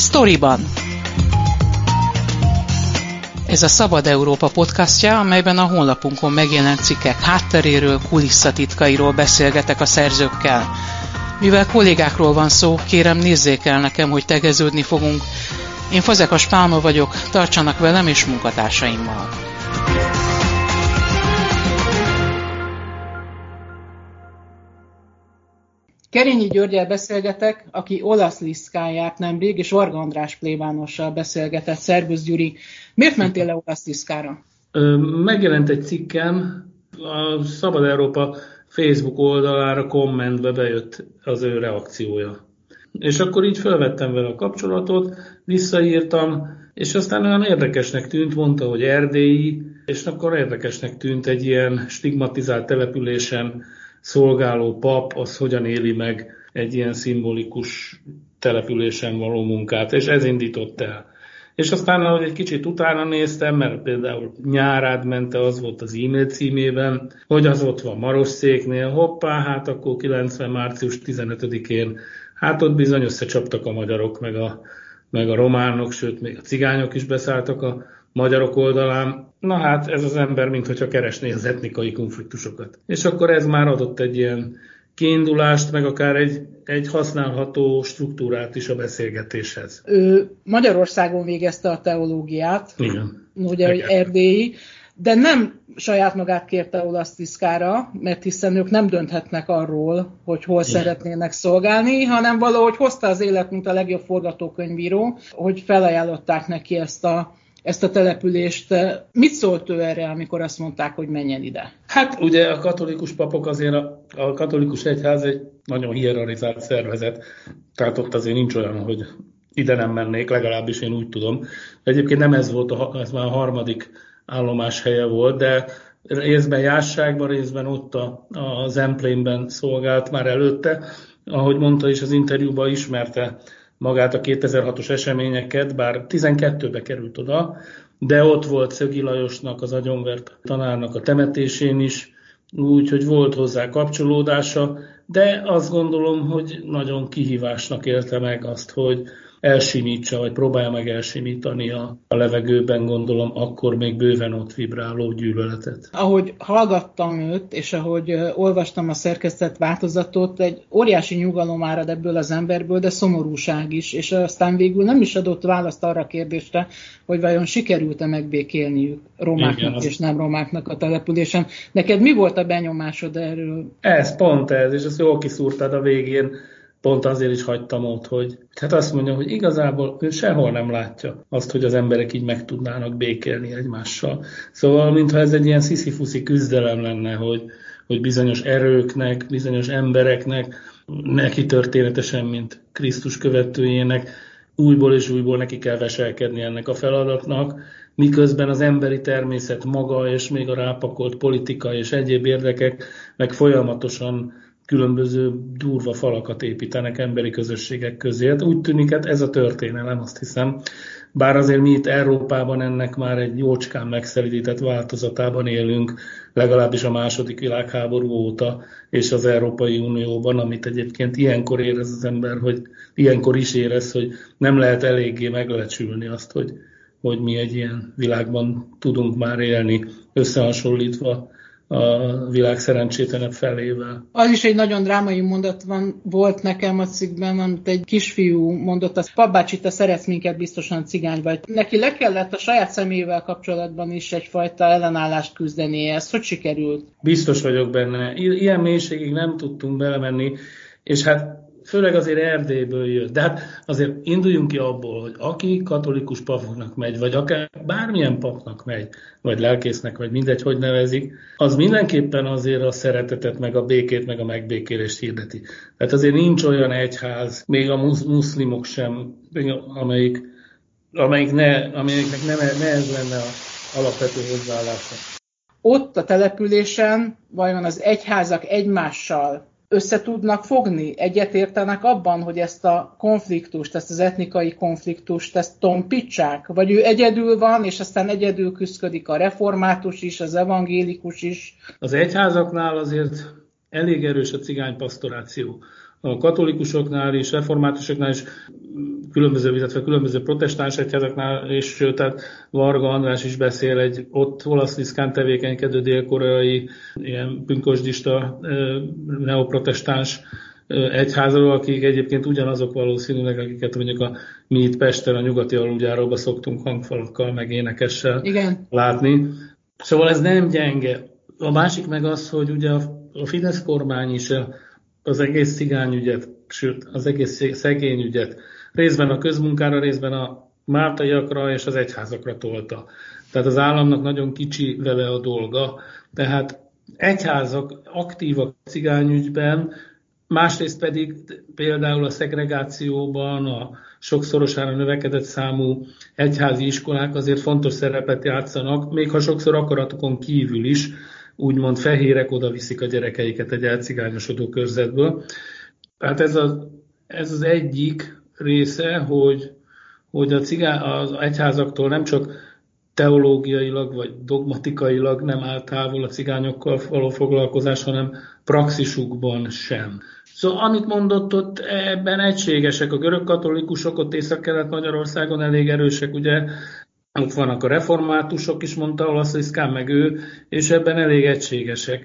Sztoriban. Ez a Szabad Európa podcastja, amelyben a honlapunkon megjelent cikkek hátteréről, kulisszatitkairól beszélgetek a szerzőkkel. Mivel kollégákról van szó, kérem nézzék el nekem, hogy tegeződni fogunk. Én Fazekas Pálma vagyok, tartsanak velem és munkatársaimmal. Kerényi Györggyel beszélgetek, aki Olasz Liszkán járt nemrég, és Varga András plébánossal beszélgetett. Szerbusz Gyuri, miért mentél le Olasz Liszkára? Megjelent egy cikkem, a Szabad Európa Facebook oldalára kommentbe bejött az ő reakciója. És akkor így felvettem vele a kapcsolatot, visszaírtam, és aztán olyan érdekesnek tűnt, mondta, hogy erdélyi, és akkor érdekesnek tűnt egy ilyen stigmatizált településen szolgáló pap, az hogyan éli meg egy ilyen szimbolikus településen való munkát, és ez indított el. És aztán, ahogy egy kicsit utána néztem, mert például Nyárád mente, az volt az e-mail címében, hogy az ott van Marosszéknél, hoppá, hát akkor 90. március 15-én, hát ott bizony összecsaptak a magyarok, meg a románok, sőt, még a cigányok is beszálltak a magyarok oldalán. Na hát ez az ember, mintha keresné az etnikai konfliktusokat. És akkor ez már adott egy ilyen kiindulást, meg akár egy használható struktúrát is a beszélgetéshez. Ő Magyarországon végezte a teológiát, igen, ugye, hogy erdélyi, de nem saját magát kérte Olasz Liszkára, mert hiszen ők nem dönthetnek arról, hogy hol szeretnének szolgálni, hanem valahogy hozta az élet, mint a legjobb forgatókönyvíró, hogy felajánlották neki ezt a települést. Mit szólt ő erre, amikor azt mondták, hogy menjen ide? Hát ugye a katolikus papok azért, a katolikus egyház egy nagyon hierarchizált szervezet, tehát ott azért nincs olyan, hogy ide nem mennék, legalábbis én úgy tudom. Egyébként nem ez volt, ez már a harmadik állomás helye volt, de részben Jásságban, részben ott a Zemplénben szolgált már előtte. Ahogy mondta is az interjúban, ismerte magát a 2006-os eseményeket, bár 12-be került oda, de ott volt Szögi Lajosnak, az agyonvert tanárnak a temetésén is, úgyhogy volt hozzá kapcsolódása, de azt gondolom, hogy nagyon kihívásnak élte meg azt, hogy elsimítsa, vagy próbálja meg elsimítani a levegőben, gondolom, akkor még bőven ott vibráló gyűlöletet. Ahogy hallgattam őt, és ahogy olvastam a szerkesztett változatot, egy óriási nyugalom árad ebből az emberből, de szomorúság is, és aztán végül nem is adott választ arra a kérdésre, hogy vajon sikerült-e megbékélniük romáknak és nem romáknak a településen. Neked mi volt a benyomásod erről? Ez, pont ez, és ezt jól kiszúrtad a végén. Pont azért is hagytam ott, hogy hát azt mondja, hogy igazából ő sehol nem látja azt, hogy az emberek így meg tudnának békélni egymással. Szóval, mintha ez egy ilyen sziszifuszi küzdelem lenne, hogy bizonyos erőknek, bizonyos embereknek, neki történetesen, mint Krisztus követőjének, újból és újból neki kell veselkedni ennek a feladatnak, miközben az emberi természet maga, és még a rápakolt politika és egyéb érdekek meg folyamatosan különböző durva falakat építenek emberi közösségek közé. Hát úgy tűnik, hát ez a történelem, azt hiszem. Bár azért mi itt Európában ennek már egy jócskán megszelidített változatában élünk, legalábbis a II. Világháború óta, és az Európai Unióban, amit egyébként ilyenkor érez az ember, hogy ilyenkor is érez, hogy nem lehet eléggé meglecsülni azt, hogy mi egy ilyen világban tudunk már élni, összehasonlítva a világ szerencsétlenebb felével. Az is egy nagyon drámai mondat volt nekem a cikkben, amit egy kisfiú mondott, az papbácsi, te szeretsz minket, biztosan cigány vagy. Neki le kellett a saját személyével kapcsolatban is egyfajta ellenállást küzdenie. Ez hogy sikerült? Biztos vagyok benne. Ilyen mélységig nem tudtunk belemenni, és hát főleg azért Erdélyből jött. De hát azért induljunk ki abból, hogy aki katolikus papnak megy, vagy akár bármilyen papnak megy, vagy lelkésznek, vagy mindegy, hogy nevezik, az mindenképpen azért a szeretetet, meg a békét, meg a megbékélést hirdeti. Tehát azért nincs olyan egyház, még a muszlimok sem, amelyiknek ne ez lenne az alapvető hozzáállása. Ott a településen vajon az egyházak egymással össze tudnak fogni? Egyetértenek abban, hogy ezt a konfliktust, ezt az etnikai konfliktust, ezt tompítsák? Vagy ő egyedül van, és aztán egyedül küszködik a református is, az evangélikus is? Az egyházaknál azért elég erős a cigánypasztoráció. A katolikusoknál és reformátusoknál is különböző protestáns egyházaknál, és tehát Varga András is beszél egy ott olaszliszkán tevékenykedő dél-koreai ilyen pünkösdista neoprotestáns egyházról, akik egyébként ugyanazok valószínűleg, akiket mondjuk mi itt Pesten a nyugati aluljáróba szoktunk hangfalakkal, meg énekessel látni. Szóval ez nem gyenge. A másik meg az, hogy ugye a Fidesz kormány is az egész cigányügyet, sőt az egész szegényügyet részben a közmunkára, részben a máltaiakra és az egyházakra tolta. Tehát az államnak nagyon kicsi vele a dolga. Tehát egyházak aktívak a cigányügyben, másrészt pedig például a szegregációban, a sokszorosára növekedett számú egyházi iskolák azért fontos szerepet játszanak, még ha sokszor akaratukon kívül is, úgymond fehérek oda viszik a gyerekeiket egy elcigányosodó körzetből. Hát ez az egyik része, hogy az egyházaktól nem csak teológiailag vagy dogmatikailag nem áll távol a cigányokkal való foglalkozás, hanem praxisukban sem. Szóval amit mondott, ott ebben egységesek a görög katolikusok, ott Észak-Kelet-Magyarországon elég erősek, ugye ott vannak a reformátusok is, mondta Olaszliszkán, meg ő, és ebben elég egységesek.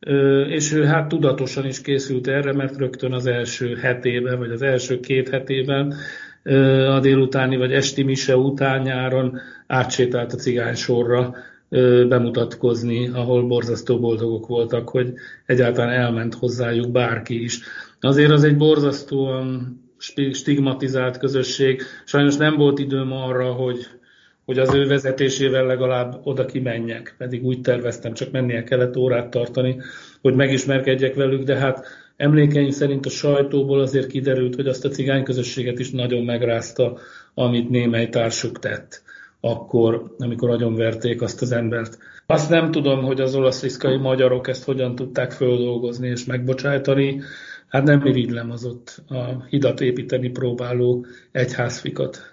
És ő hát tudatosan is készült erre, mert rögtön az első hetében, vagy az első 2 hetében a délutáni vagy esti mise után nyáron átsétált a cigánysorra bemutatkozni, ahol borzasztó boldogok voltak, hogy egyáltalán elment hozzájuk bárki is. Azért az egy borzasztóan stigmatizált közösség. Sajnos nem volt időm arra, hogy az ő vezetésével legalább oda kimenjek, pedig úgy terveztem, csak mennie kellett órát tartani, hogy megismerkedjek velük, de hát emlékeim szerint a sajtóból azért kiderült, hogy azt a cigányközösséget is nagyon megrázta, amit némely társuk tett akkor, amikor agyonverték azt az embert. Azt nem tudom, hogy az olaszliszkai magyarok ezt hogyan tudták földolgozni és megbocsájtani. Hát nem irigylem az ott a hidat építeni próbáló egyházfikat.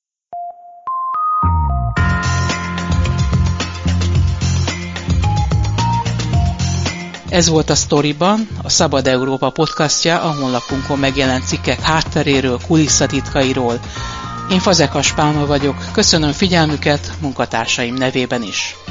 Ez volt a Sztoriban, a Szabad Európa podcastja, a honlapunkon megjelent cikkek hátteréről, kulisszatitkairól. Én Fazekas Pálma vagyok, köszönöm figyelmüket munkatársaim nevében is.